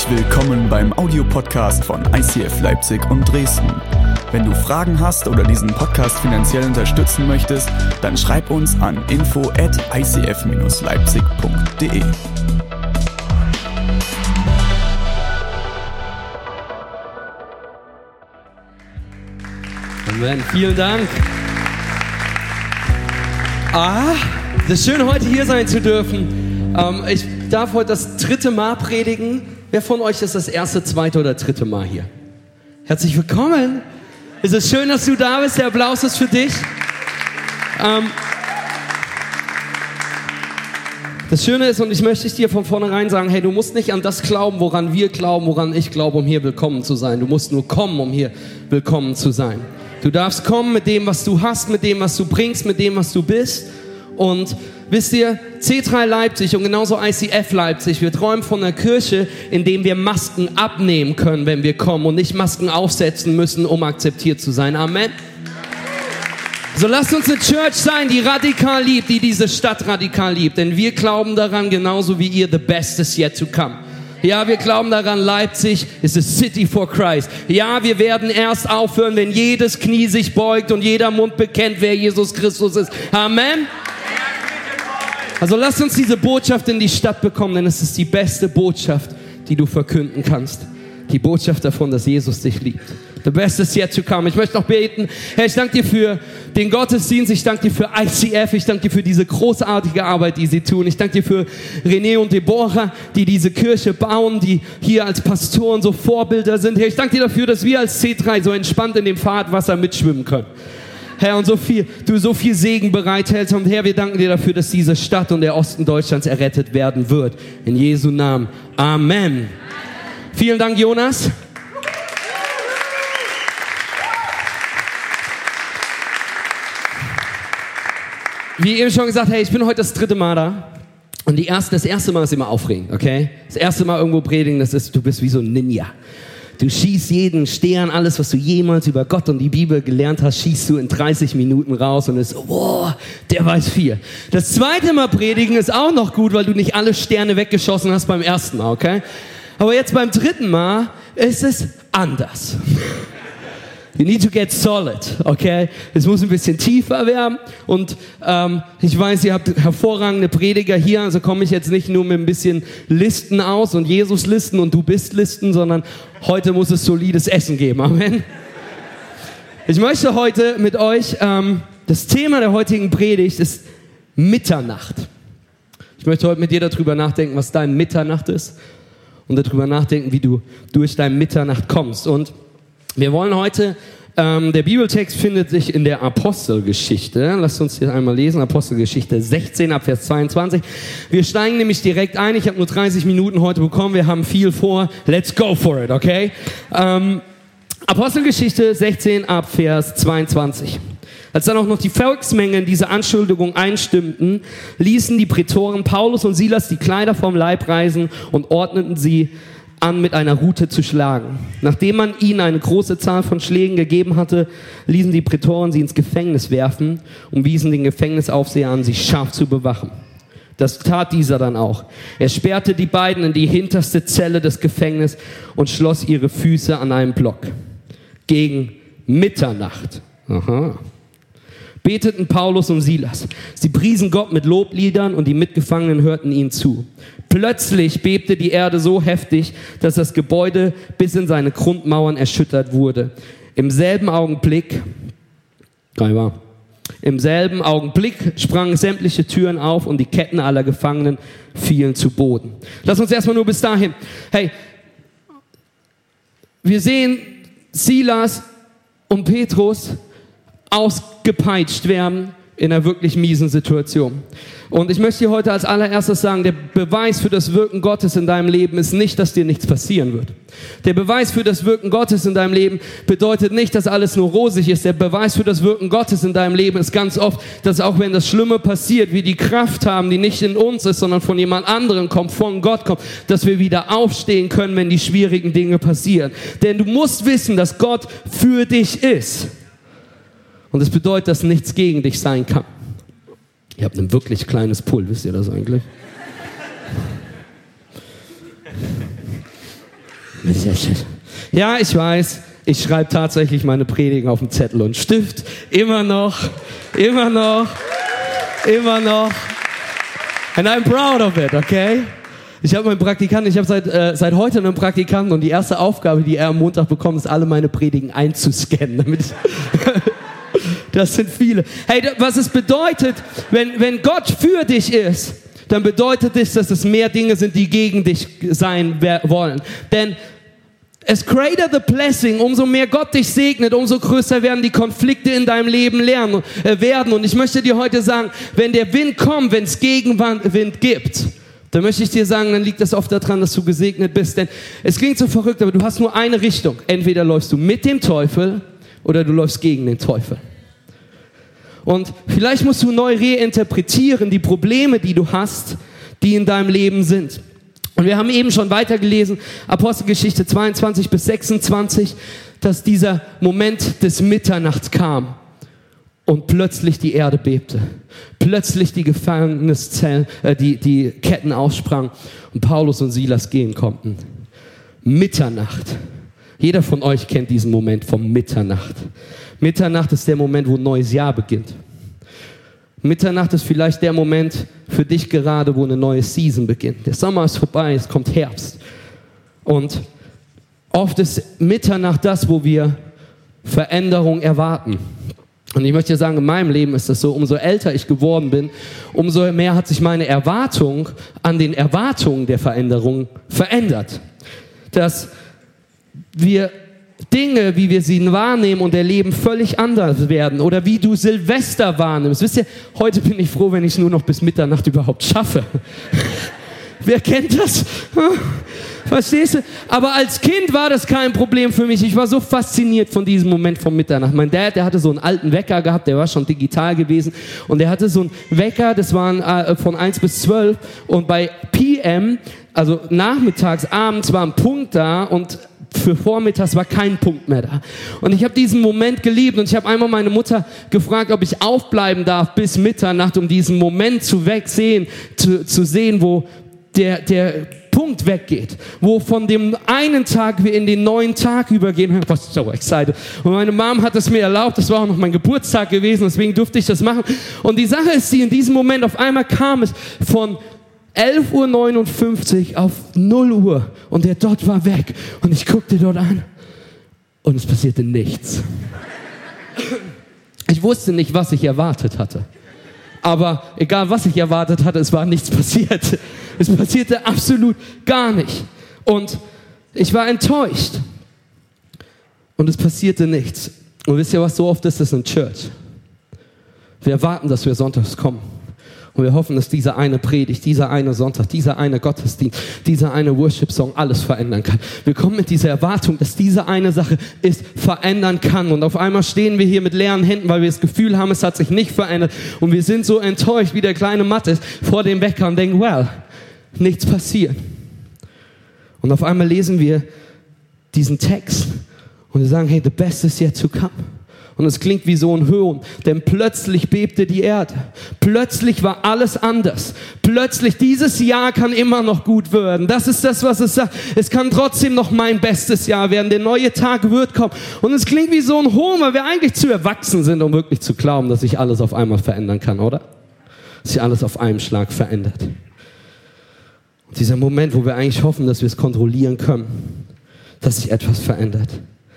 willkommen beim Audiopodcast von ICF Leipzig und Dresden. Wenn du Fragen hast oder diesen Podcast finanziell unterstützen möchtest, dann schreib uns an info@icf-leipzig.de. Amen, vielen Dank. Es ist schön, heute hier sein zu dürfen. Ich darf heute das 3. Mal predigen. Wer von euch ist das 1., 2. oder 3. Mal hier? Herzlich willkommen. Es ist schön, dass du da bist. Der Applaus ist für dich. Das Schöne ist, und ich möchte dir von vornherein sagen, hey, du musst nicht an das glauben, woran wir glauben, woran ich glaube, um hier willkommen zu sein. Du musst nur kommen, um hier willkommen zu sein. Du darfst kommen mit dem, was du hast, mit dem, was du bringst, mit dem, was du bist. Und wisst ihr, C3 Leipzig und genauso ICF Leipzig, wir träumen von einer Kirche, in der wir Masken abnehmen können, wenn wir kommen und nicht Masken aufsetzen müssen, um akzeptiert zu sein. Amen. So lasst uns eine Church sein, die radikal liebt, die diese Stadt radikal liebt. Denn wir glauben daran, genauso wie ihr, the best is yet to come. Ja, wir glauben daran, Leipzig is a city for Christ. Ja, wir werden erst aufhören, wenn jedes Knie sich beugt und jeder Mund bekennt, wer Jesus Christus ist. Amen. Also lasst uns diese Botschaft in die Stadt bekommen, denn es ist die beste Botschaft, die du verkünden kannst. Die Botschaft davon, dass Jesus dich liebt. The best is yet to come. Ich möchte noch beten. Herr, ich danke dir für den Gottesdienst. Ich danke dir für ICF. Ich danke dir für diese großartige Arbeit, die sie tun. Ich danke dir für René und Deborah, die diese Kirche bauen, die hier als Pastoren so Vorbilder sind. Herr, ich danke dir dafür, dass wir als C3 so entspannt in dem Fahrtwasser mitschwimmen können. Herr, und du so viel Segen bereithältst. Und Herr, wir danken dir dafür, dass diese Stadt und der Osten Deutschlands errettet werden wird. In Jesu Namen. Amen. Vielen Dank, Jonas. Wie eben schon gesagt, hey, ich bin heute das 3. Mal da. Und das erste Mal ist immer aufregend, okay? Das erste Mal irgendwo predigen, du bist wie so ein Ninja. Du schießt jeden Stern, alles, was du jemals über Gott und die Bibel gelernt hast, schießt du in 30 Minuten raus und ist so, boah, der weiß viel. Das 2. Mal predigen ist auch noch gut, weil du nicht alle Sterne weggeschossen hast beim 1. Mal, okay? Aber jetzt beim 3. Mal ist es anders. You need to get solid, okay? Es muss ein bisschen tiefer werden und ich weiß, ihr habt hervorragende Prediger hier, also komme ich jetzt nicht nur mit ein bisschen Listen aus und Jesus-Listen und du bist Listen, sondern heute muss es solides Essen geben, Amen. Ich möchte heute mit euch, das Thema der heutigen Predigt ist Mitternacht. Ich möchte heute mit dir darüber nachdenken, was dein Mitternacht ist und darüber nachdenken, wie du durch deine Mitternacht kommst. Und wir wollen heute, der Bibeltext findet sich in der Apostelgeschichte. Lasst uns hier einmal lesen, Apostelgeschichte 16 ab Vers 22. Wir steigen nämlich direkt ein. Ich habe nur 30 Minuten heute bekommen. Wir haben viel vor. Let's go for it, okay? Apostelgeschichte 16 ab Vers 22. Als dann auch noch die Volksmenge in diese Anschuldigung einstimmten, ließen die Prätoren Paulus und Silas die Kleider vom Leib reißen und ordneten sie an, mit einer Rute zu schlagen. Nachdem man ihnen eine große Zahl von Schlägen gegeben hatte, ließen die Prätoren sie ins Gefängnis werfen und wiesen den Gefängnisaufseher an, sie scharf zu bewachen. Das tat dieser dann auch. Er sperrte die beiden in die hinterste Zelle des Gefängnisses und schloss ihre Füße an einen Block. Gegen Mitternacht beteten Paulus und Silas. Sie priesen Gott mit Lobliedern und die Mitgefangenen hörten ihnen zu. Plötzlich bebte die Erde so heftig, dass das Gebäude bis in seine Grundmauern erschüttert wurde. Im selben Augenblick sprangen sämtliche Türen auf und die Ketten aller Gefangenen fielen zu Boden. Lass uns erstmal nur bis dahin. Hey, wir sehen Silas und Petrus ausgepeitscht werden in einer wirklich miesen Situation. Und ich möchte dir heute als allererstes sagen, der Beweis für das Wirken Gottes in deinem Leben ist nicht, dass dir nichts passieren wird. Der Beweis für das Wirken Gottes in deinem Leben bedeutet nicht, dass alles nur rosig ist. Der Beweis für das Wirken Gottes in deinem Leben ist ganz oft, dass auch wenn das Schlimme passiert, wir die Kraft haben, die nicht in uns ist, sondern von jemand anderem kommt, von Gott kommt, dass wir wieder aufstehen können, wenn die schwierigen Dinge passieren. Denn du musst wissen, dass Gott für dich ist. Und das bedeutet, dass nichts gegen dich sein kann. Ihr habt ein wirklich kleines Pull, wisst ihr das eigentlich? Ja, ich weiß, ich schreibe tatsächlich meine Predigen auf den Zettel und Stift. Immer noch. And I'm proud of it, okay? Ich habe meinen Praktikanten, ich habe seit heute einen Praktikanten und die erste Aufgabe, die er am Montag bekommt, ist, alle meine Predigen einzuscannen. Damit das sind viele. Hey, was es bedeutet, wenn Gott für dich ist, dann bedeutet es, dass es mehr Dinge sind, die gegen dich sein wollen. Denn as greater the blessing, umso mehr Gott dich segnet, umso größer werden die Konflikte in deinem Leben werden. Und ich möchte dir heute sagen, wenn der Wind kommt, wenn es Gegenwind gibt, dann möchte ich dir sagen, dann liegt das oft daran, dass du gesegnet bist. Denn es klingt so verrückt, aber du hast nur eine Richtung. Entweder läufst du mit dem Teufel oder du läufst gegen den Teufel. Und vielleicht musst du neu reinterpretieren die Probleme, die du hast, die in deinem Leben sind. Und wir haben eben schon weitergelesen, Apostelgeschichte 22 bis 26, dass dieser Moment des Mitternachts kam und plötzlich die Erde bebte. Plötzlich die Gefängniszellen, die Ketten aussprangen und Paulus und Silas gehen konnten. Mitternacht. Jeder von euch kennt diesen Moment vom Mitternacht. Mitternacht ist der Moment, wo ein neues Jahr beginnt. Mitternacht ist vielleicht der Moment für dich gerade, wo eine neue Season beginnt. Der Sommer ist vorbei, es kommt Herbst. Und oft ist Mitternacht das, wo wir Veränderung erwarten. Und ich möchte dir sagen, in meinem Leben ist das so, umso älter ich geworden bin, umso mehr hat sich meine Erwartung an den Erwartungen der Veränderung verändert. Dass wir Dinge, wie wir sie wahrnehmen und erleben, völlig anders werden. Oder wie du Silvester wahrnimmst. Wisst ihr, heute bin ich froh, wenn ich es nur noch bis Mitternacht überhaupt schaffe. Wer kennt das? Verstehst du? Aber als Kind war das kein Problem für mich. Ich war so fasziniert von diesem Moment von Mitternacht. Mein Dad, der hatte so einen alten Wecker gehabt, der war schon digital gewesen. Und der hatte so einen Wecker, das waren von 1 bis 12. Und bei PM, also nachmittags, abends war ein Punkt da und für vormittags war kein Punkt mehr da. Und ich habe diesen Moment geliebt und ich habe einmal meine Mutter gefragt, ob ich aufbleiben darf bis Mitternacht, um diesen Moment zu sehen, wo der Punkt weggeht, wo von dem einen Tag wir in den neuen Tag übergehen. Ich war so excited. Und meine Mom hat es mir erlaubt, das war auch noch mein Geburtstag gewesen, deswegen durfte ich das machen. Und die Sache ist, in diesem Moment auf einmal kam es von 11:59 Uhr auf 0 Uhr und der Dot war weg und ich guckte dort an und es passierte nichts. Ich wusste nicht, was ich erwartet hatte. Aber egal, was ich erwartet hatte, es war nichts passiert. Es passierte absolut gar nicht. Und ich war enttäuscht. Und es passierte nichts. Und wisst ihr, was so oft ist es in Church? Wir erwarten, dass wir sonntags kommen. Und wir hoffen, dass dieser eine Predigt, dieser eine Sonntag, dieser eine Gottesdienst, dieser eine Worship-Song alles verändern kann. Wir kommen mit dieser Erwartung, dass diese eine Sache es verändern kann. Und auf einmal stehen wir hier mit leeren Händen, weil wir das Gefühl haben, es hat sich nicht verändert. Und wir sind so enttäuscht, wie der kleine Mattes vor dem Wecker und denken, well, nichts passiert. Und auf einmal lesen wir diesen Text und wir sagen, hey, the best is yet to come. Und es klingt wie so ein Hören, denn plötzlich bebte die Erde. Plötzlich war alles anders. Plötzlich, dieses Jahr kann immer noch gut werden. Das ist das, was es sagt. Es kann trotzdem noch mein bestes Jahr werden. Der neue Tag wird kommen. Und es klingt wie so ein Hören, weil wir eigentlich zu erwachsen sind, um wirklich zu glauben, dass sich alles auf einmal verändern kann, oder? Dass sich alles auf einen Schlag verändert. Und dieser Moment, wo wir eigentlich hoffen, dass wir es kontrollieren können, dass sich etwas verändert.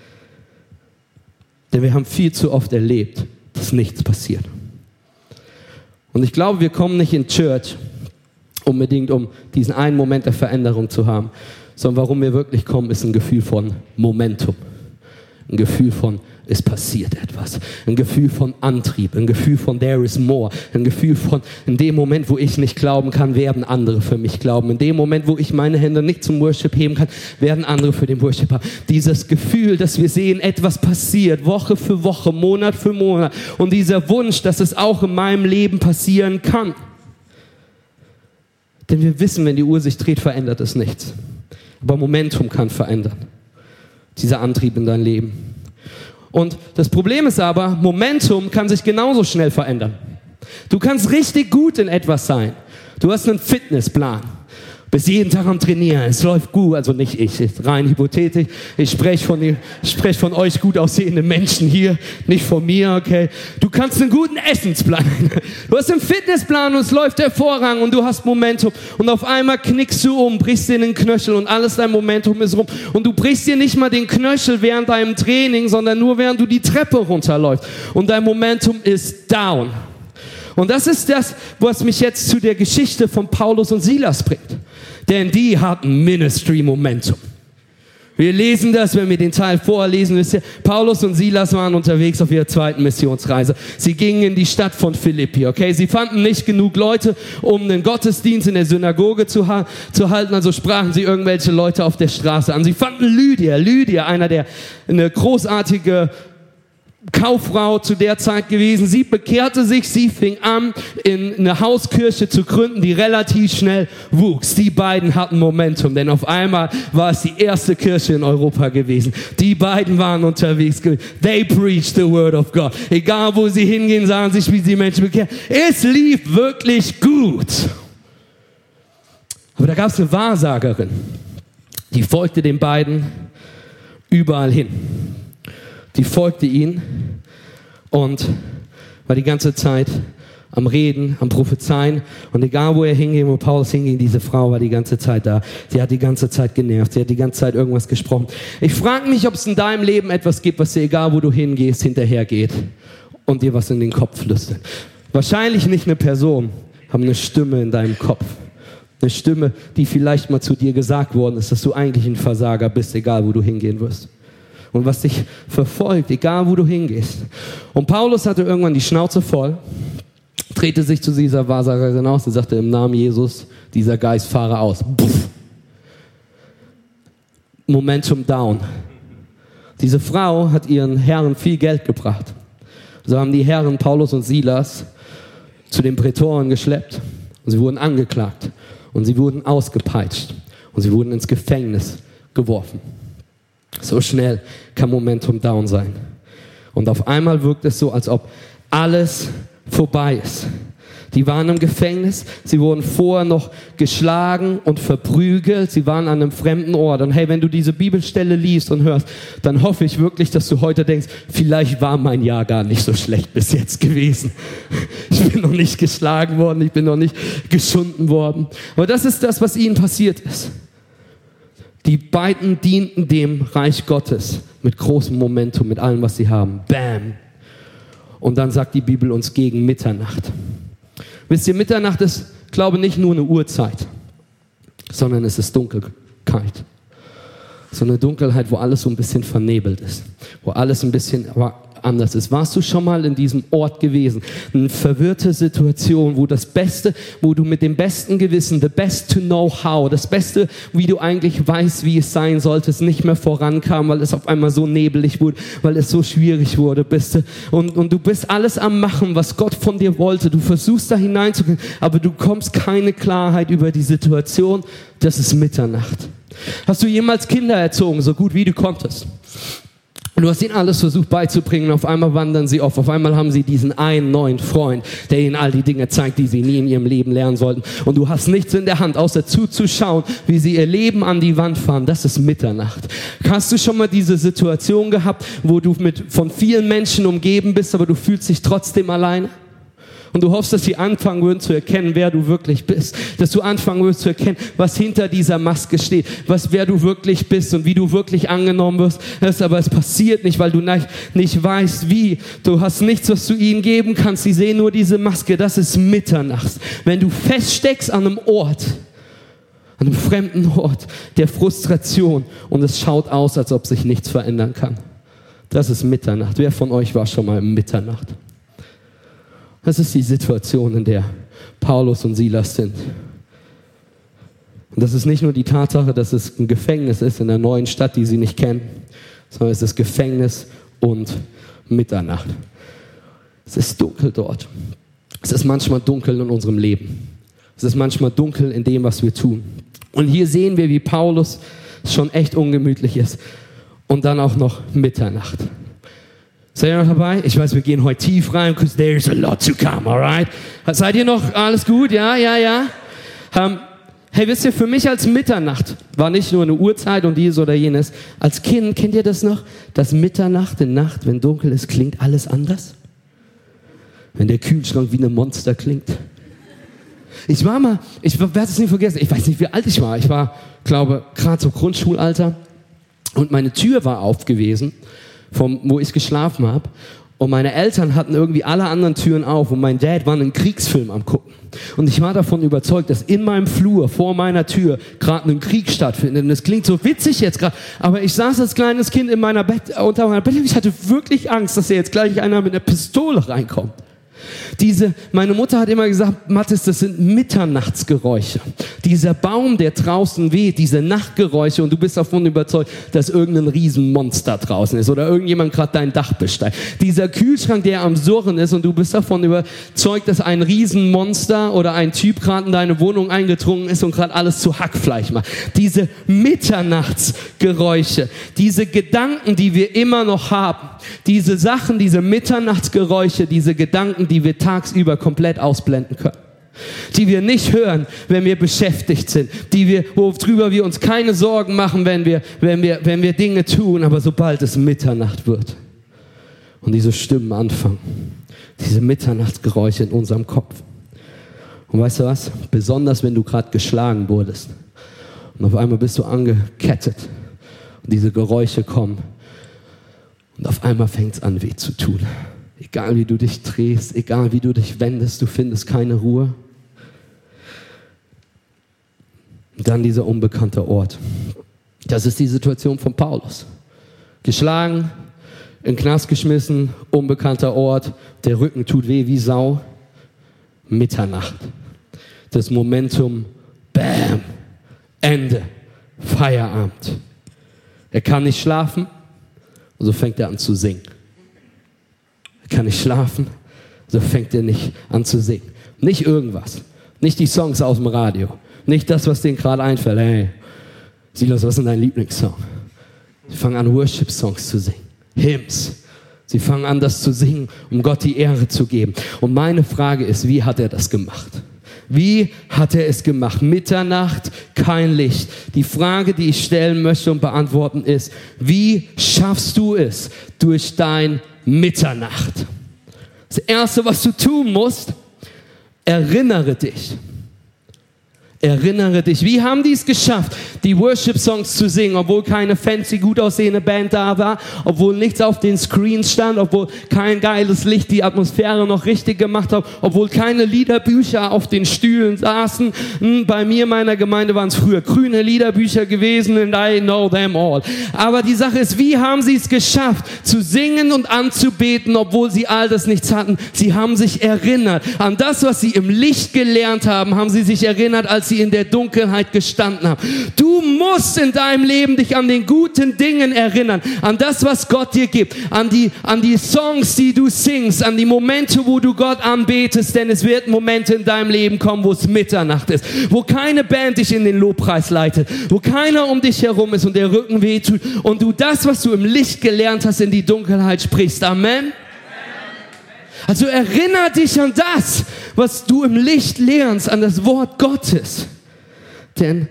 Denn wir haben viel zu oft erlebt, dass nichts passiert. Und ich glaube, wir kommen nicht in Church unbedingt, um diesen einen Moment der Veränderung zu haben, sondern warum wir wirklich kommen, ist ein Gefühl von Momentum. Ein Gefühl von, es passiert etwas. Ein Gefühl von Antrieb. Ein Gefühl von there is more. Ein Gefühl von, in dem Moment, wo ich nicht glauben kann, werden andere für mich glauben. In dem Moment, wo ich meine Hände nicht zum Worship heben kann, werden andere für den Worship haben. Dieses Gefühl, dass wir sehen, etwas passiert, Woche für Woche, Monat für Monat. Und dieser Wunsch, dass es auch in meinem Leben passieren kann. Denn wir wissen, wenn die Uhr sich dreht, verändert es nichts. Aber Momentum kann verändern. Dieser Antrieb in dein Leben. Und das Problem ist aber, Momentum kann sich genauso schnell verändern. Du kannst richtig gut in etwas sein. Du hast einen Fitnessplan. Bist jeden Tag am Trainieren, es läuft gut, also nicht ich, rein hypothetisch. Ich spreche von euch gut aussehenden Menschen hier, nicht von mir, okay. Du kannst einen guten Essensplan. Du hast einen Fitnessplan und es läuft hervorragend und du hast Momentum. Und auf einmal knickst du um, brichst dir den Knöchel und alles dein Momentum ist rum. Und du brichst dir nicht mal den Knöchel während deinem Training, sondern nur während du die Treppe runterläufst. Und dein Momentum ist down. Und das ist das, was mich jetzt zu der Geschichte von Paulus und Silas bringt. Denn die hatten Ministry-Momentum. Wir lesen das, wenn wir den Teil vorlesen. Wisst ihr, Paulus und Silas waren unterwegs auf ihrer zweiten Missionsreise. Sie gingen in die Stadt von Philippi, okay? Sie fanden nicht genug Leute, um einen Gottesdienst in der Synagoge zu halten, also sprachen sie irgendwelche Leute auf der Straße an. Sie fanden Lydia, eine großartige Kauffrau zu der Zeit gewesen. Sie bekehrte sich, sie fing an, in eine Hauskirche zu gründen, die relativ schnell wuchs. Die beiden hatten Momentum, denn auf einmal war es die erste Kirche in Europa gewesen. Die beiden waren unterwegs gewesen. They preached the word of God. Egal wo sie hingehen, sagen sich, wie sie Menschen bekehren. Es lief wirklich gut. Aber da gab es eine Wahrsagerin, die folgte den beiden überall hin. Die folgte ihnen und war die ganze Zeit am Reden, am Prophezeien. Und egal, wo er hinging, wo Paulus hinging, diese Frau war die ganze Zeit da. Sie hat die ganze Zeit genervt. Sie hat die ganze Zeit irgendwas gesprochen. Ich frage mich, ob es in deinem Leben etwas gibt, was dir, egal wo du hingehst, hinterhergeht und dir was in den Kopf flüstert. Wahrscheinlich nicht eine Person, aber eine Stimme in deinem Kopf. Eine Stimme, die vielleicht mal zu dir gesagt worden ist, dass du eigentlich ein Versager bist, egal wo du hingehen wirst. Und was dich verfolgt, egal wo du hingehst. Und Paulus hatte irgendwann die Schnauze voll, drehte sich zu dieser Wahrsagerin aus und sagte, im Namen Jesus, dieser Geist fahre aus. Puff. Momentum down. Diese Frau hat ihren Herren viel Geld gebracht. So haben die Herren Paulus und Silas zu den Prätoren geschleppt. Und sie wurden angeklagt. Und sie wurden ausgepeitscht. Und sie wurden ins Gefängnis geworfen. So schnell kann Momentum down sein. Und auf einmal wirkt es so, als ob alles vorbei ist. Die waren im Gefängnis, sie wurden vorher noch geschlagen und verprügelt, sie waren an einem fremden Ort. Und hey, wenn du diese Bibelstelle liest und hörst, dann hoffe ich wirklich, dass du heute denkst, vielleicht war mein Jahr gar nicht so schlecht bis jetzt gewesen. Ich bin noch nicht geschlagen worden, ich bin noch nicht geschunden worden. Aber das ist das, was ihnen passiert ist. Die beiden dienten dem Reich Gottes mit großem Momentum, mit allem, was sie haben. Bam! Und dann sagt die Bibel uns gegen Mitternacht. Wisst ihr, Mitternacht ist, glaube ich, nicht nur eine Uhrzeit, sondern es ist Dunkelheit. So eine Dunkelheit, wo alles so ein bisschen vernebelt ist, wo alles ein bisschen anders ist. Warst du schon mal in diesem Ort gewesen? Eine verwirrte Situation, wo das Beste, wo du mit dem besten Gewissen, the best to know how, das Beste, wie du eigentlich weißt, wie es sein sollte, es nicht mehr vorankam, weil es auf einmal so nebelig wurde, weil es so schwierig wurde, bist du. Und du bist alles am Machen, was Gott von dir wollte. Du versuchst da hineinzukommen, aber du kommst keine Klarheit über die Situation. Das ist Mitternacht. Hast du jemals Kinder erzogen, so gut wie du konntest? Und du hast ihnen alles versucht beizubringen, auf einmal wandern sie auf einmal haben sie diesen einen neuen Freund, der ihnen all die Dinge zeigt, die sie nie in ihrem Leben lernen sollten. Und du hast nichts in der Hand, außer zuzuschauen, wie sie ihr Leben an die Wand fahren. Das ist Mitternacht. Hast du schon mal diese Situation gehabt, wo du von vielen Menschen umgeben bist, aber du fühlst dich trotzdem alleine? Und du hoffst, dass sie anfangen würden zu erkennen, wer du wirklich bist. Dass du anfangen würdest zu erkennen, was hinter dieser Maske steht. Wer du wirklich bist und wie du wirklich angenommen wirst. Aber es passiert nicht, weil du nicht weißt, wie. Du hast nichts, was du ihnen geben kannst. Sie sehen nur diese Maske. Das ist Mitternacht. Wenn du feststeckst an einem Ort, an einem fremden Ort der Frustration und es schaut aus, als ob sich nichts verändern kann. Das ist Mitternacht. Wer von euch war schon mal in Mitternacht? Das ist die Situation, in der Paulus und Silas sind. Und das ist nicht nur die Tatsache, dass es ein Gefängnis ist in einer neuen Stadt, die sie nicht kennen, sondern es ist Gefängnis und Mitternacht. Es ist dunkel dort. Es ist manchmal dunkel in unserem Leben. Es ist manchmal dunkel in dem, was wir tun. Und hier sehen wir, wie Paulus schon echt ungemütlich ist. Und dann auch noch Mitternacht. Seid ihr noch dabei? Ich weiß, wir gehen heute tief rein, because there's a lot to come, alright? Seid ihr noch alles gut? Ja. Hey, wisst ihr, für mich als Mitternacht war nicht nur eine Uhrzeit und dies oder jenes. Als Kind, kennt ihr das noch? Dass Mitternacht, in Nacht, wenn dunkel ist, klingt alles anders. Wenn der Kühlschrank wie ein Monster klingt. Ich werde es nie vergessen, ich weiß nicht, wie alt ich war. Ich war, glaube, gerade so Grundschulalter und meine Tür war auf gewesen, wo ich geschlafen habe. Und meine Eltern hatten irgendwie alle anderen Türen auf und mein Dad war einen Kriegsfilm am gucken. Und ich war davon überzeugt, dass in meinem Flur, vor meiner Tür, gerade ein Krieg stattfindet. Und das klingt so witzig jetzt gerade, aber ich saß als kleines Kind unter meiner Bett und ich hatte wirklich Angst, dass jetzt gleich einer mit einer Pistole reinkommt. Meine Mutter hat immer gesagt, Mathis, das sind Mitternachtsgeräusche. Dieser Baum, der draußen weht, diese Nachtgeräusche und du bist davon überzeugt, dass irgendein Riesenmonster draußen ist oder irgendjemand gerade dein Dach besteigt. Dieser Kühlschrank, der am Surren ist und du bist davon überzeugt, dass ein Riesenmonster oder ein Typ gerade in deine Wohnung eingedrungen ist und gerade alles zu Hackfleisch macht. Diese Mitternachtsgeräusche, diese Gedanken, die wir immer noch haben, diese Sachen, diese Mitternachtsgeräusche, diese Gedanken, die wir tagsüber komplett ausblenden können. Die wir nicht hören, wenn wir beschäftigt sind. Worüber wir uns keine Sorgen machen, wenn wir Dinge tun. Aber sobald es Mitternacht wird und diese Stimmen anfangen, diese Mitternachtsgeräusche in unserem Kopf. Und weißt du was? Besonders wenn du gerade geschlagen wurdest und auf einmal bist du angekettet und diese Geräusche kommen und auf einmal fängt es an, weh zu tun. Egal wie du dich drehst, egal wie du dich wendest, du findest keine Ruhe. Und dann dieser unbekannte Ort. Das ist die Situation von Paulus. Geschlagen, in den Knast geschmissen, unbekannter Ort, der Rücken tut weh wie Sau. Mitternacht. Das Momentum, bam, Ende, Feierabend. Er kann nicht schlafen und so fängt er an zu singen. Kann nicht schlafen, so fängt er nicht an zu singen. Nicht irgendwas, nicht die Songs aus dem Radio, nicht das, was denen gerade einfällt. Hey, Silas, was ist denn dein Lieblingssong? Sie fangen an, Worship-Songs zu singen, Hymns. Sie fangen an, das zu singen, um Gott die Ehre zu geben. Und meine Frage ist, wie hat er das gemacht? Wie hat er es gemacht? Mitternacht, kein Licht. Die Frage, die ich stellen möchte und beantworten ist, wie schaffst du es durch dein Mitternacht? Das Erste, was du tun musst, erinnere dich. Erinnere dich. Wie haben die es geschafft, die Worship-Songs zu singen, obwohl keine fancy, gut aussehende Band da war, obwohl nichts auf den Screens stand, obwohl kein geiles Licht die Atmosphäre noch richtig gemacht hat, obwohl keine Liederbücher auf den Stühlen saßen. Bei mir in meiner Gemeinde waren es früher grüne Liederbücher gewesen and I know them all. Aber die Sache ist, wie haben sie es geschafft, zu singen und anzubeten, obwohl sie all das nichts hatten? Sie haben sich erinnert an das, was sie im Licht gelernt haben sie sich erinnert, als sie in der Dunkelheit gestanden haben. Du musst in deinem Leben dich an den guten Dingen erinnern, an das, was Gott dir gibt, an die Songs, die du singst, an die Momente, wo du Gott anbetest, denn es wird Momente in deinem Leben kommen, wo es Mitternacht ist, wo keine Band dich in den Lobpreis leitet, wo keiner um dich herum ist und der Rücken wehtut und du das, was du im Licht gelernt hast, in die Dunkelheit sprichst. Amen? Also erinnere dich an das, was du im Licht lernst, an das Wort Gottes. Denn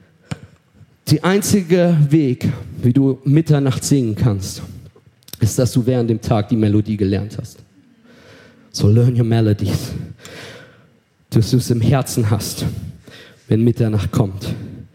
der einzige Weg, wie du Mitternacht singen kannst, ist, dass du während dem Tag die Melodie gelernt hast. So learn your melodies. Dass du es im Herzen hast, wenn Mitternacht kommt.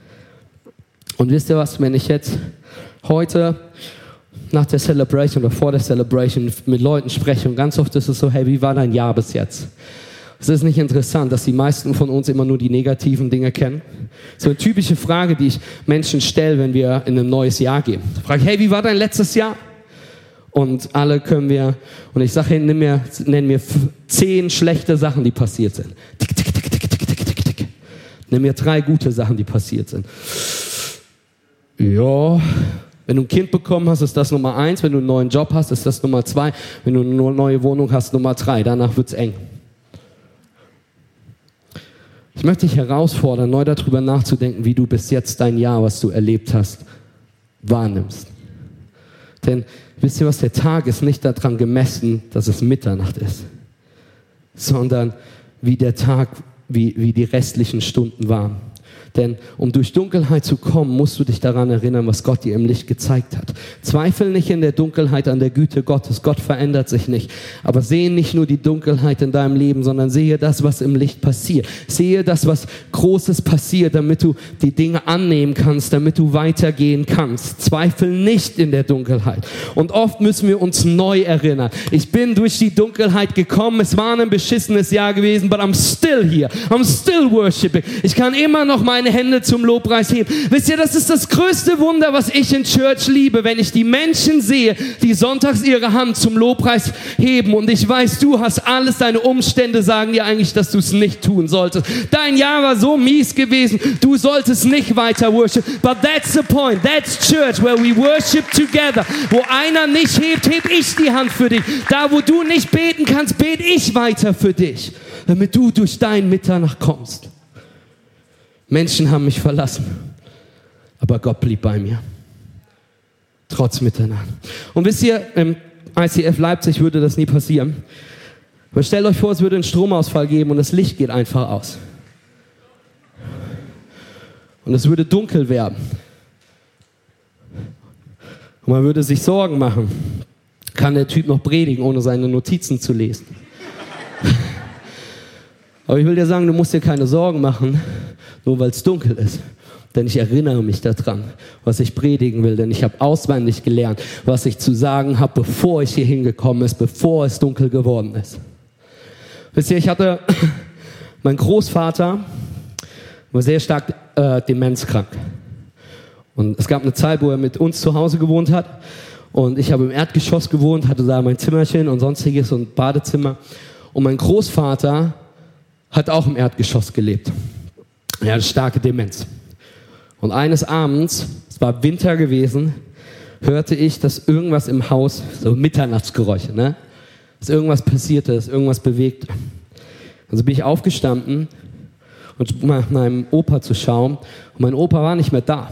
Und wisst ihr was, wenn ich jetzt heute nach der Celebration oder vor der Celebration mit Leuten spreche und ganz oft ist es so, hey, wie war dein Jahr bis jetzt? Es ist nicht interessant, dass die meisten von uns immer nur die negativen Dinge kennen. So eine typische Frage, die ich Menschen stelle, wenn wir in ein neues Jahr gehen. Ich frage, hey, wie war dein letztes Jahr? Und alle können wir, und ich sage, nenn mir 10 schlechte Sachen, die passiert sind. Tick, tick, tick, tick, tick, tick, tick, tick. Nenn mir 3 gute Sachen, die passiert sind. Ja. Wenn du ein Kind bekommen hast, ist das Nummer 1. Wenn du einen neuen Job hast, ist das Nummer 2. Wenn du eine neue Wohnung hast, Nummer 3. Danach wird's eng. Ich möchte dich herausfordern, neu darüber nachzudenken, wie du bis jetzt dein Jahr, was du erlebt hast, wahrnimmst. Denn wisst ihr was, der Tag ist nicht daran gemessen, dass es Mitternacht ist, sondern wie der Tag wie die restlichen Stunden waren. Denn um durch Dunkelheit zu kommen, musst du dich daran erinnern, was Gott dir im Licht gezeigt hat. Zweifel nicht in der Dunkelheit an der Güte Gottes. Gott verändert sich nicht. Aber sehe nicht nur die Dunkelheit in deinem Leben, sondern sehe das, was im Licht passiert. Sehe das, was Großes passiert, damit du die Dinge annehmen kannst, damit du weitergehen kannst. Zweifel nicht in der Dunkelheit. Und oft müssen wir uns neu erinnern. Ich bin durch die Dunkelheit gekommen. Es war ein beschissenes Jahr gewesen, but I'm still here. I'm still worshiping. Ich kann immer noch meine Hände zum Lobpreis heben. Wisst ihr, das ist das größte Wunder, was ich in Church liebe, wenn ich die Menschen sehe, die sonntags ihre Hand zum Lobpreis heben und ich weiß, du hast alles, deine Umstände sagen dir eigentlich, dass du es nicht tun solltest. Dein Jahr war so mies gewesen, du solltest nicht weiter worshipen. But that's the point, that's church, where we worship together. Wo einer nicht hebt, heb ich die Hand für dich. Da, wo du nicht beten kannst, bete ich weiter für dich, damit du durch dein Mitternacht kommst. Menschen haben mich verlassen, aber Gott blieb bei mir. Trotz Mitternacht. Und wisst ihr, im ICF Leipzig würde das nie passieren. Aber stellt euch vor, es würde einen Stromausfall geben und das Licht geht einfach aus. Und es würde dunkel werden. Und man würde sich Sorgen machen. Kann der Typ noch predigen, ohne seine Notizen zu lesen? Aber ich will dir sagen, du musst dir keine Sorgen machen, nur weil es dunkel ist. Denn ich erinnere mich daran, was ich predigen will. Denn ich habe auswendig gelernt, was ich zu sagen habe, bevor ich hier hingekommen ist, bevor es dunkel geworden ist. Wisst ihr, ich hatte, mein Großvater war sehr stark demenzkrank. Und es gab eine Zeit, wo er mit uns zu Hause gewohnt hat. Und ich habe im Erdgeschoss gewohnt, hatte da mein Zimmerchen und sonstiges und Badezimmer. Und mein Großvater hat auch im Erdgeschoss gelebt. Er hatte starke Demenz. Und eines Abends, es war Winter gewesen, hörte ich, dass irgendwas im Haus, so Mitternachtsgeräusche, ne? Dass irgendwas passierte, dass irgendwas bewegte. Also bin ich aufgestanden und nach meinem Opa zu schauen. Und mein Opa war nicht mehr da.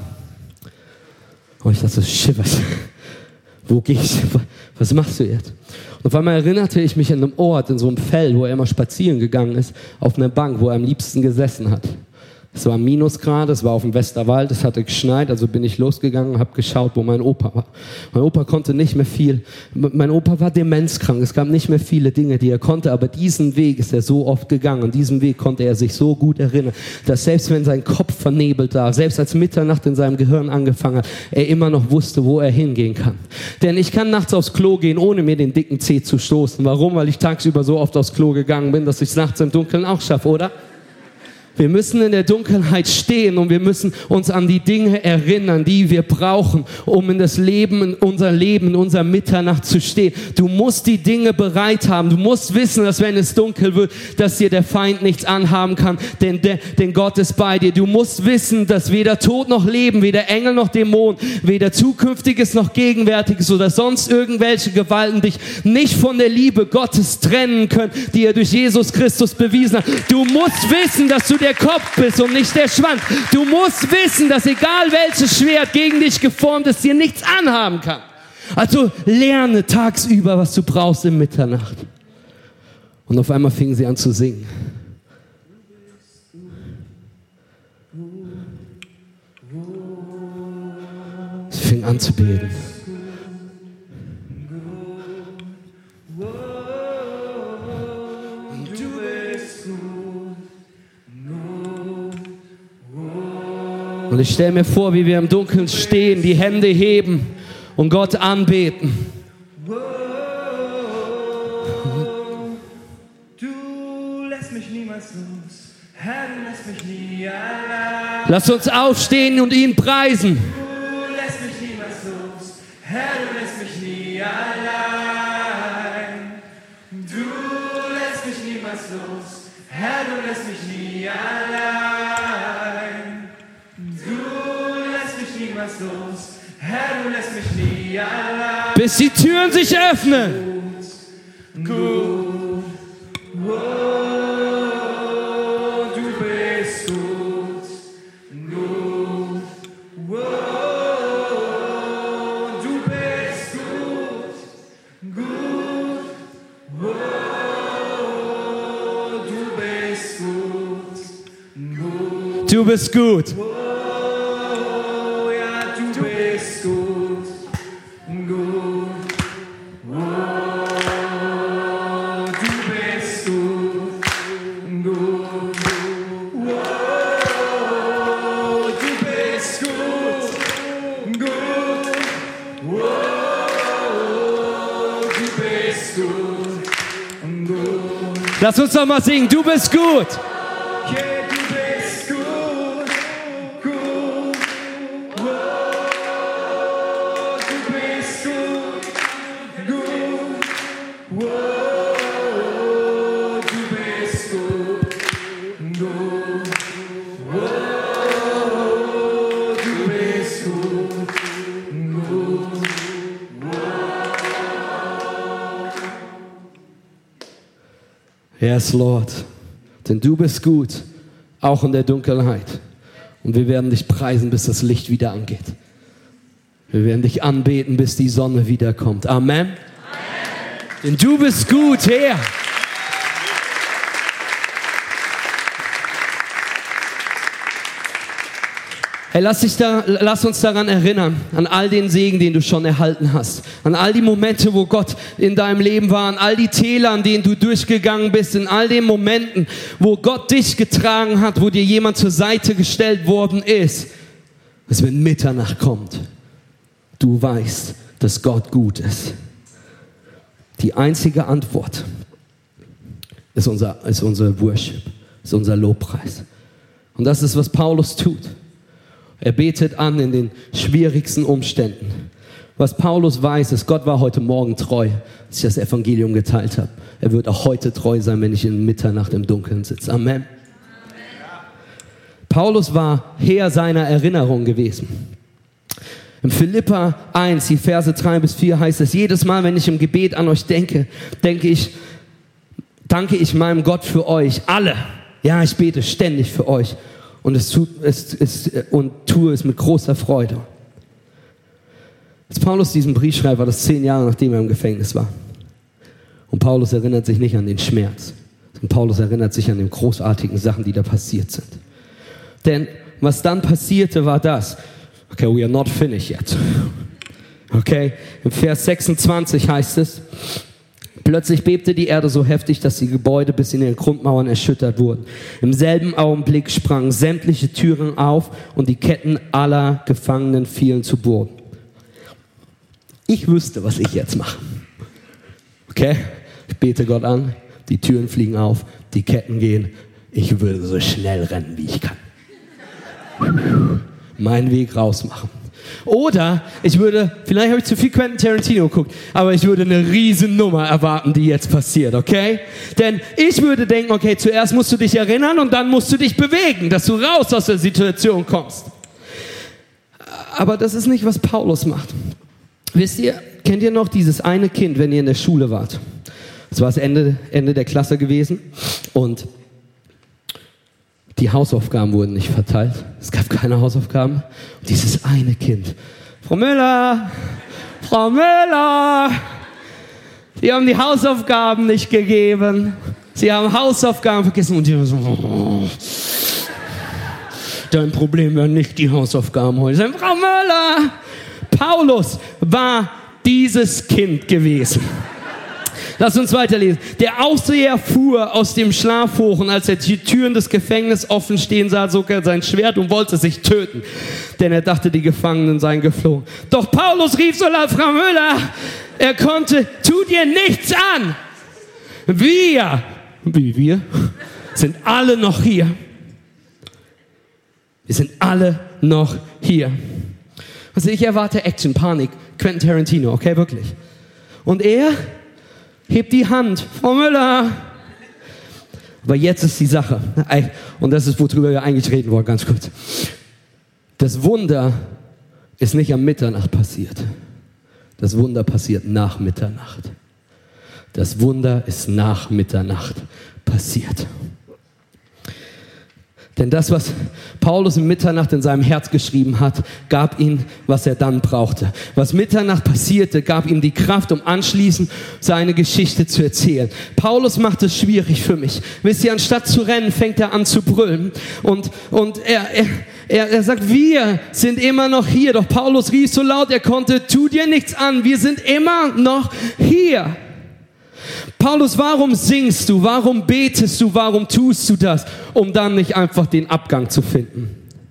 Und ich dachte so, shit, wo gehe ich? Was machst du jetzt? Und auf einmal erinnerte ich mich an einem Ort, in so einem Feld, wo er immer spazieren gegangen ist, auf einer Bank, wo er am liebsten gesessen hat. Es war Minusgrade, es war auf dem Westerwald, es hatte geschneit, also bin ich losgegangen und habe geschaut, wo mein Opa war. Mein Opa konnte nicht mehr viel, mein Opa war demenzkrank, es gab nicht mehr viele Dinge, die er konnte, aber diesen Weg ist er so oft gegangen und diesen Weg konnte er sich so gut erinnern, dass selbst wenn sein Kopf vernebelt war, selbst als Mitternacht in seinem Gehirn angefangen hat, er immer noch wusste, wo er hingehen kann. Denn ich kann nachts aufs Klo gehen, ohne mir den dicken Zeh zu stoßen. Warum? Weil ich tagsüber so oft aufs Klo gegangen bin, dass ich es nachts im Dunkeln auch schaffe, oder? Wir müssen in der Dunkelheit stehen und wir müssen uns an die Dinge erinnern, die wir brauchen, um in das Leben, in unser Mitternacht zu stehen. Du musst die Dinge bereit haben. Du musst wissen, dass wenn es dunkel wird, dass dir der Feind nichts anhaben kann, denn Gott ist bei dir. Du musst wissen, dass weder Tod noch Leben, weder Engel noch Dämonen, weder Zukünftiges noch Gegenwärtiges oder sonst irgendwelche Gewalten dich nicht von der Liebe Gottes trennen können, die er durch Jesus Christus bewiesen hat. Du musst wissen, dass du der Kopf bist und nicht der Schwanz. Du musst wissen, dass egal welches Schwert gegen dich geformt ist, dir nichts anhaben kann. Also lerne tagsüber, was du brauchst in Mitternacht. Und auf einmal fingen sie an zu singen. Sie fingen an zu beten. Und ich stelle mir vor, wie wir im Dunkeln stehen, die Hände heben und Gott anbeten. Du lässt mich niemals los, Herr, du lässt mich nie allein. Lass uns aufstehen und ihn preisen. Du lässt mich niemals los, Herr, du lässt mich nie allein. Du lässt mich niemals los, Herr, du lässt mich nie allein. Los. Herr, du lässt mich nie allein. Bis die Türen sich öffnen. Gut, oh, du bist gut, gut, oh, du bist gut, gut, oh, du bist gut. Du bist gut. Oh, ja, du bist gut. Gut. Oh, du bist gut. Gut. Oh, du bist gut. Gut. Oh, du bist gut. Gut. Lass uns noch mal singen. Du bist gut. Yeah, du bist gut. Gut. Oh, du bist gut. Gut. Oh, du bist gut. Gut. Oh, du bist gut. Gut. Yes, Lord. Denn du bist gut, auch in der Dunkelheit. Und wir werden dich preisen, bis das Licht wieder angeht. Wir werden dich anbeten, bis die Sonne wiederkommt. Amen. Denn du bist gut, Herr. Hey, lass uns daran erinnern, an all den Segen, den du schon erhalten hast. An all die Momente, wo Gott in deinem Leben war. An all die Täler, an denen du durchgegangen bist. In all den Momenten, wo Gott dich getragen hat, wo dir jemand zur Seite gestellt worden ist. Dass wenn Mitternacht kommt, du weißt, dass Gott gut ist. Die einzige Antwort ist unser Worship, ist unser Lobpreis. Und das ist, was Paulus tut. Er betet an in den schwierigsten Umständen. Was Paulus weiß, ist, Gott war heute Morgen treu, als ich das Evangelium geteilt habe. Er wird auch heute treu sein, wenn ich in Mitternacht im Dunkeln sitze. Amen. Paulus war Herr seiner Erinnerung gewesen. In Philipper 1, die Verse 3-4 heißt es, jedes Mal, wenn ich im Gebet an euch denke, danke ich meinem Gott für euch, alle. Ja, ich bete ständig für euch. Und tue es mit großer Freude. Als Paulus diesen Brief schreibt, war das 10 Jahre, nachdem er im Gefängnis war. Und Paulus erinnert sich nicht an den Schmerz. Und Paulus erinnert sich an die großartigen Sachen, die da passiert sind. Denn was dann passierte, war das. Okay, we are not finished yet. Okay, im Vers 26 heißt es, plötzlich bebte die Erde so heftig, dass die Gebäude bis in ihren Grundmauern erschüttert wurden. Im selben Augenblick sprangen sämtliche Türen auf und die Ketten aller Gefangenen fielen zu Boden. Ich wüsste, was ich jetzt mache. Okay? Ich bete Gott an, die Türen fliegen auf, die Ketten gehen. Ich würde so schnell rennen, wie ich kann. Meinen Weg rausmachen. Oder vielleicht habe ich zu viel Quentin Tarantino geguckt, aber ich würde eine riesen Nummer erwarten, die jetzt passiert, okay? Denn ich würde denken, okay, zuerst musst du dich erinnern und dann musst du dich bewegen, dass du raus aus der Situation kommst. Aber das ist nicht, was Paulus macht. Wisst ihr, kennt ihr noch dieses eine Kind, wenn ihr in der Schule wart? Das war das Ende der Klasse gewesen und die Hausaufgaben wurden nicht verteilt. Es gab keine Hausaufgaben. Und dieses eine Kind. Frau Müller! Sie haben die Hausaufgaben nicht gegeben. Sie haben Hausaufgaben vergessen. Und die so, dein Problem wären nicht die Hausaufgaben heute. Frau Müller! Paulus war dieses Kind gewesen. Lass uns weiterlesen. Der Aufseher fuhr aus dem Schlaf hoch und als er die Türen des Gefängnisses offen stehen sah, zog er sein Schwert und wollte sich töten, denn er dachte, die Gefangenen seien geflohen. Doch Paulus rief so laut, Frau Müller, er konnte, tu dir nichts an. Wir sind alle noch hier. Wir sind alle noch hier. Also ich erwarte Action, Panik, Quentin Tarantino, okay, wirklich. Und er hebt die Hand, Frau Müller. Aber jetzt ist die Sache, und das ist, worüber wir eigentlich reden wollen, ganz kurz. Das Wunder ist nicht am Mitternacht passiert. Das Wunder passiert nach Mitternacht. Das Wunder ist nach Mitternacht passiert. Denn das, was Paulus um Mitternacht in seinem Herz geschrieben hat, gab ihm, was er dann brauchte. Was Mitternacht passierte, gab ihm die Kraft, um anschließend seine Geschichte zu erzählen. Paulus macht es schwierig für mich. Wisst ihr, anstatt zu rennen, fängt er an zu brüllen. Und er sagt, wir sind immer noch hier. Doch Paulus rief so laut, er konnte, tu dir nichts an, wir sind immer noch hier. Paulus, warum singst du? Warum betest du? Warum tust du das? Um dann nicht einfach den Abgang zu finden.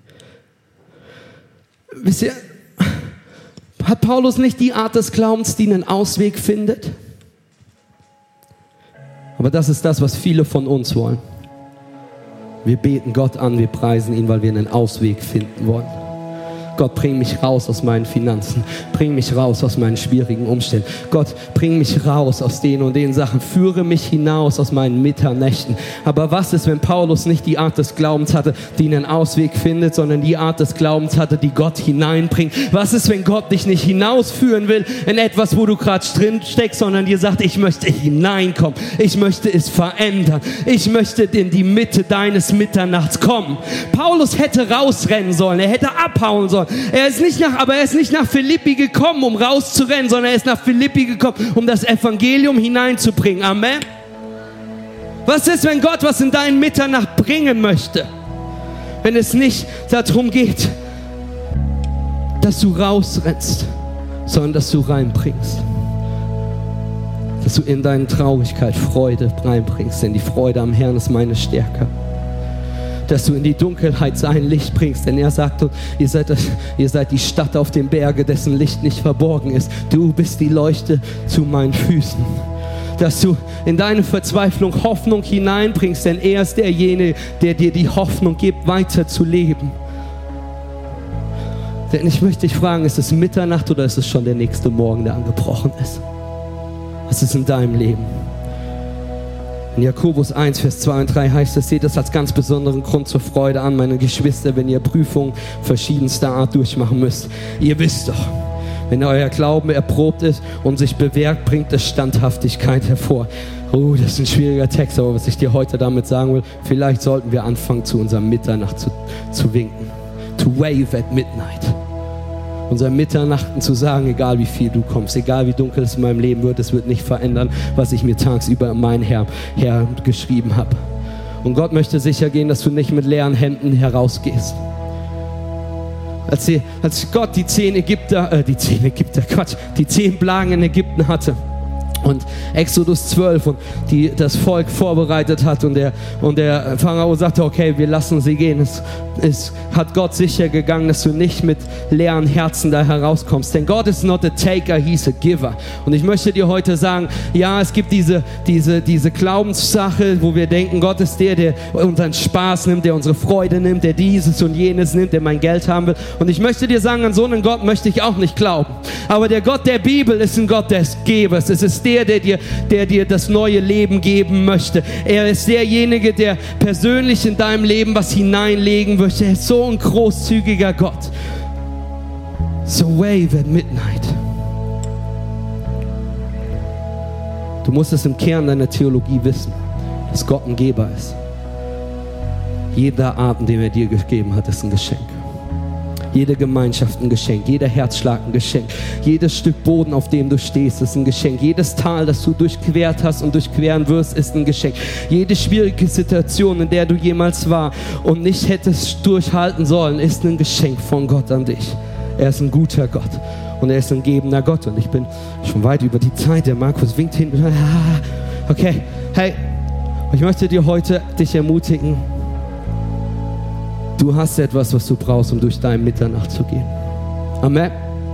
Wisst ihr, hat Paulus nicht die Art des Glaubens, die einen Ausweg findet? Aber das ist das, was viele von uns wollen. Wir beten Gott an, wir preisen ihn, weil wir einen Ausweg finden wollen. Gott, bring mich raus aus meinen Finanzen. Bring mich raus aus meinen schwierigen Umständen. Gott, bring mich raus aus den und den Sachen. Führe mich hinaus aus meinen Mitternächten. Aber was ist, wenn Paulus nicht die Art des Glaubens hatte, die einen Ausweg findet, sondern die Art des Glaubens hatte, die Gott hineinbringt? Was ist, wenn Gott dich nicht hinausführen will in etwas, wo du gerade drin steckst, sondern dir sagt, ich möchte hineinkommen. Ich möchte es verändern. Ich möchte in die Mitte deines Mitternachts kommen. Paulus hätte rausrennen sollen. Er hätte abhauen sollen. Er ist nicht nach Philippi gekommen, um rauszurennen, sondern er ist nach Philippi gekommen, um das Evangelium hineinzubringen. Amen. Was ist, wenn Gott was in deinen Mitternacht bringen möchte? Wenn es nicht darum geht, dass du rausrennst, sondern dass du reinbringst. Dass du in deine Traurigkeit Freude reinbringst, denn die Freude am Herrn ist meine Stärke. Dass du in die Dunkelheit sein Licht bringst, denn er sagt, ihr seid die Stadt auf dem Berge, dessen Licht nicht verborgen ist. Du bist die Leuchte zu meinen Füßen. Dass du in deine Verzweiflung Hoffnung hineinbringst, denn er ist derjenige, der dir die Hoffnung gibt, weiter zu leben. Denn ich möchte dich fragen, ist es Mitternacht oder ist es schon der nächste Morgen, der angebrochen ist? Was ist in deinem Leben? In Jakobus 1, Vers 2 und 3 heißt es, seht es als ganz besonderen Grund zur Freude an, meine Geschwister, wenn ihr Prüfungen verschiedenster Art durchmachen müsst. Ihr wisst doch, wenn euer Glauben erprobt ist und sich bewährt, bringt es Standhaftigkeit hervor. Oh, das ist ein schwieriger Text, aber was ich dir heute damit sagen will, vielleicht sollten wir anfangen, zu unserer Mitternacht zu winken. To wave at midnight. Unser Mitternachten zu sagen, egal wie viel du kommst, egal wie dunkel es in meinem Leben wird, es wird nicht verändern, was ich mir tagsüber in mein Herr geschrieben habe. Und Gott möchte sicher gehen, dass du nicht mit leeren Händen herausgehst. Als Gott die 10 Plagen in Ägypten hatte und Exodus 12 und das Volk vorbereitet hat und der Pharao sagte, okay, wir lassen sie gehen. Es hat Gott sicher gegangen, dass du nicht mit leeren Herzen da herauskommst. Denn Gott ist not a taker, he's a giver. Und ich möchte dir heute sagen, ja, es gibt diese Glaubenssache, wo wir denken, Gott ist der unseren Spaß nimmt, der unsere Freude nimmt, der dieses und jenes nimmt, der mein Geld haben will. Und ich möchte dir sagen, an so einen Gott möchte ich auch nicht glauben. Aber der Gott der Bibel ist ein Gott des Gebers. Es ist der dir das neue Leben geben möchte. Er ist derjenige, der persönlich in deinem Leben was hineinlegen möchte. Er ist so ein großzügiger Gott. So wave at midnight. Du musst es im Kern deiner Theologie wissen, dass Gott ein Geber ist. Jeder Atem, den er dir gegeben hat, ist ein Geschenk. Jede Gemeinschaft ein Geschenk, jeder Herzschlag ein Geschenk, jedes Stück Boden, auf dem du stehst, ist ein Geschenk. Jedes Tal, das du durchquert hast und durchqueren wirst, ist ein Geschenk. Jede schwierige Situation, in der du jemals war und nicht hättest durchhalten sollen, ist ein Geschenk von Gott an dich. Er ist ein guter Gott und er ist ein gebender Gott. Und ich bin schon weit über die Zeit. Der Markus winkt hinten. Okay, hey, ich möchte dir heute dich ermutigen, du hast etwas, was du brauchst, um durch deine Mitternacht zu gehen. Amen.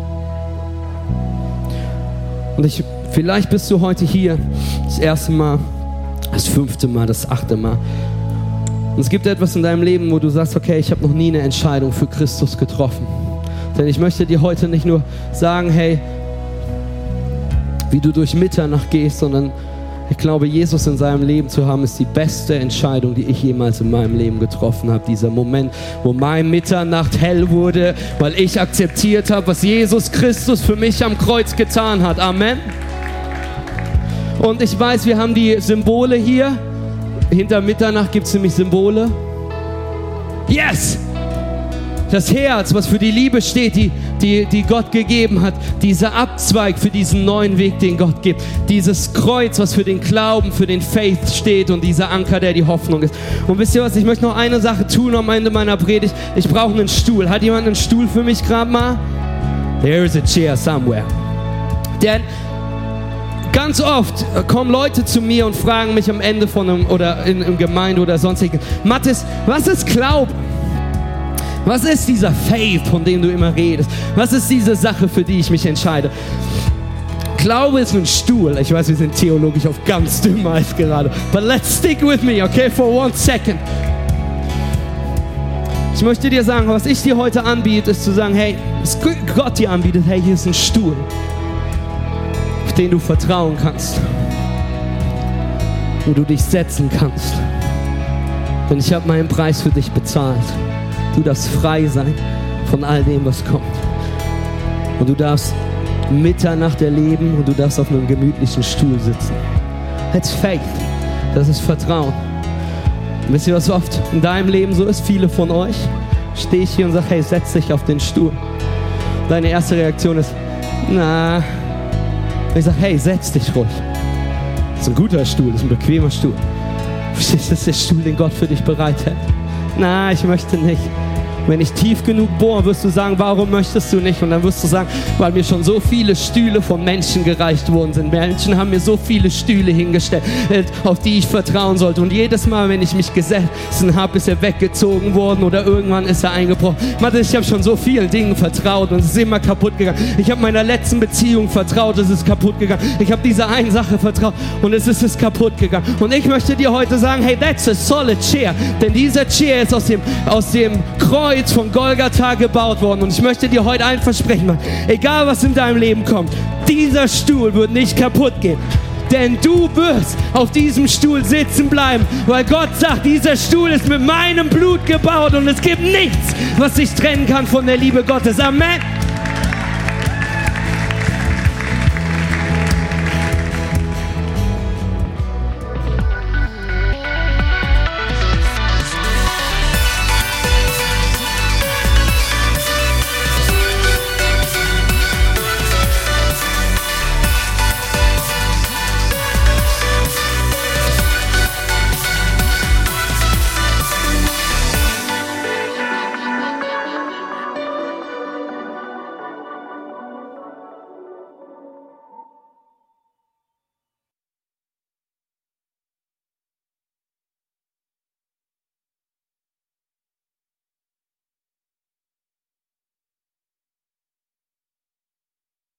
Und vielleicht bist du heute hier das erste Mal, das 5. Mal, das 8. Mal. Und es gibt etwas in deinem Leben, wo du sagst, okay, ich habe noch nie eine Entscheidung für Christus getroffen. Denn ich möchte dir heute nicht nur sagen, hey, wie du durch Mitternacht gehst, sondern ich glaube, Jesus in seinem Leben zu haben, ist die beste Entscheidung, die ich jemals in meinem Leben getroffen habe. Dieser Moment, wo meine Mitternacht hell wurde, weil ich akzeptiert habe, was Jesus Christus für mich am Kreuz getan hat. Amen. Und ich weiß, wir haben die Symbole hier. Hinter Mitternacht gibt es nämlich Symbole. Yes! Das Herz, was für die Liebe steht, die Gott gegeben hat. Dieser Abzweig für diesen neuen Weg, den Gott gibt. Dieses Kreuz, was für den Glauben, für den Faith steht und dieser Anker, der die Hoffnung ist. Und wisst ihr was, ich möchte noch eine Sache tun am Ende meiner Predigt. Ich brauche einen Stuhl. Hat jemand einen Stuhl für mich gerade mal? There is a chair somewhere. Denn ganz oft kommen Leute zu mir und fragen mich am Ende von in Gemeinde oder sonstigen, Mathis, was ist Glauben? Was ist dieser Faith, von dem du immer redest? Was ist diese Sache, für die ich mich entscheide? Glaube ist ein Stuhl. Ich weiß, wir sind theologisch auf ganz dünnem Eis gerade. But let's stick with me, okay, for 1 second. Ich möchte dir sagen, was ich dir heute anbiete, ist zu sagen, hey, was Gott dir anbietet, hey, hier ist ein Stuhl, auf den du vertrauen kannst, wo du dich setzen kannst. Denn ich habe meinen Preis für dich bezahlt. Du darfst frei sein von all dem, was kommt. Und du darfst Mitternacht erleben und du darfst auf einem gemütlichen Stuhl sitzen. That's faith. Das ist Vertrauen. Und wisst ihr, was oft in deinem Leben so ist? Viele von euch stehe ich hier und sage, hey, setz dich auf den Stuhl. Deine erste Reaktion ist, na. Und ich sage, hey, setz dich ruhig. Das ist ein guter Stuhl, das ist ein bequemer Stuhl. Verstehst du, das ist der Stuhl, den Gott für dich bereithält. Na, ich möchte nicht. Wenn ich tief genug bohre, wirst du sagen, warum möchtest du nicht? Und dann wirst du sagen, weil mir schon so viele Stühle von Menschen gereicht worden sind. Menschen haben mir so viele Stühle hingestellt, auf die ich vertrauen sollte. Und jedes Mal, wenn ich mich gesessen habe, ist er weggezogen worden oder irgendwann ist er eingebrochen. Matthias, ich habe schon so vielen Dingen vertraut und es ist immer kaputt gegangen. Ich habe meiner letzten Beziehung vertraut, es ist kaputt gegangen. Ich habe dieser einen Sache vertraut und es ist kaputt gegangen. Und ich möchte dir heute sagen, hey, that's a solid chair. Denn dieser Chair ist aus dem Kreuz von Golgatha gebaut worden. Und ich möchte dir heute ein Versprechen machen. Egal, was in deinem Leben kommt, dieser Stuhl wird nicht kaputt gehen. Denn du wirst auf diesem Stuhl sitzen bleiben, weil Gott sagt, dieser Stuhl ist mit meinem Blut gebaut und es gibt nichts, was sich trennen kann von der Liebe Gottes. Amen.